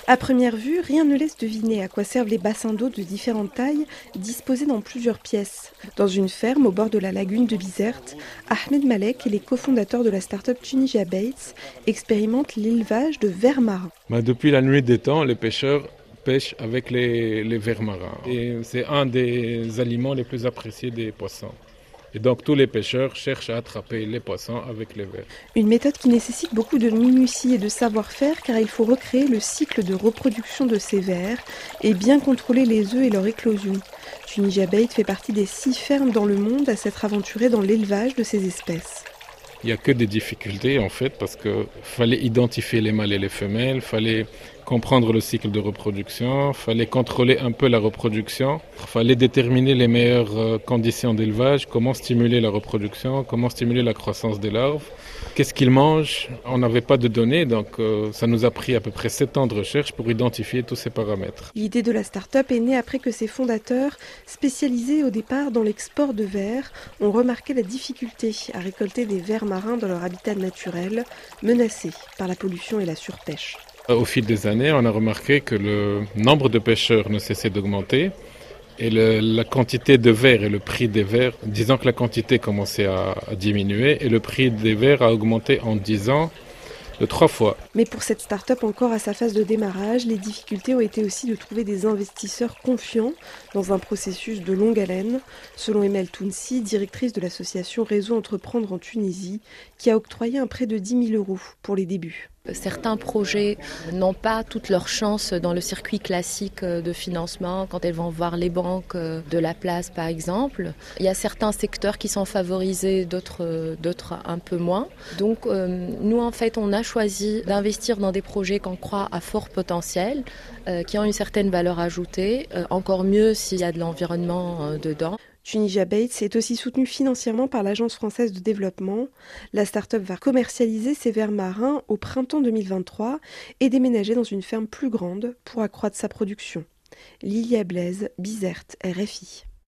À première vue, rien ne laisse deviner à quoi servent les bassins d'eau de différentes tailles, disposés dans plusieurs pièces. Dans une ferme au bord de la lagune de Bizerte, Ahmed Malek et les cofondateurs de la start-up Tunisia Baits expérimentent l'élevage de vers marins. Depuis la nuit des temps, les pêcheurs pêchent avec les vers marins. Et c'est un des aliments les plus appréciés des poissons. Et donc tous les pêcheurs cherchent à attraper les poissons avec les vers. Une méthode qui nécessite beaucoup de minutie et de savoir-faire car il faut recréer le cycle de reproduction de ces vers et bien contrôler les œufs et leur éclosion. Tunisia Baits fait partie des 6 fermes dans le monde à s'être aventurées dans l'élevage de ces espèces. Il n'y a que des difficultés en fait parce qu'il fallait identifier les mâles et les femelles, fallait comprendre le cycle de reproduction, fallait contrôler un peu la reproduction, fallait déterminer les meilleures conditions d'élevage, comment stimuler la reproduction, comment stimuler la croissance des larves, qu'est-ce qu'ils mangent. On n'avait pas de données donc ça nous a pris à peu près 7 ans de recherche pour identifier tous ces paramètres. L'idée de la start-up est née après que ses fondateurs, spécialisés au départ dans l'export de vers, ont remarqué la difficulté à récolter des vers marins dans leur habitat naturel, menacés par la pollution et la surpêche. Au fil des années, on a remarqué que le nombre de pêcheurs ne cessait d'augmenter et la quantité de vers et le prix des vers, disons que la quantité commençait à diminuer et le prix des vers a augmenté en 10 ans de 3 fois. Mais pour cette start-up encore à sa phase de démarrage, les difficultés ont été aussi de trouver des investisseurs confiants dans un processus de longue haleine, selon Emel Tounsi, directrice de l'association Réseau Entreprendre en Tunisie, qui a octroyé un prêt de 10 000 € pour les débuts. Certains projets n'ont pas toutes leurs chances dans le circuit classique de financement quand elles vont voir les banques de la place par exemple. Il y a certains secteurs qui sont favorisés, d'autres un peu moins. Donc nous en fait on a choisi d'investir dans des projets qu'on croit à fort potentiel, qui ont une certaine valeur ajoutée, encore mieux s'il y a de l'environnement dedans. Tunisia Baits est aussi soutenue financièrement par l'Agence française de développement. La start-up va commercialiser ses vers marins au printemps 2023 et déménager dans une ferme plus grande pour accroître sa production. Lilia Blaise, Bizerte, RFI.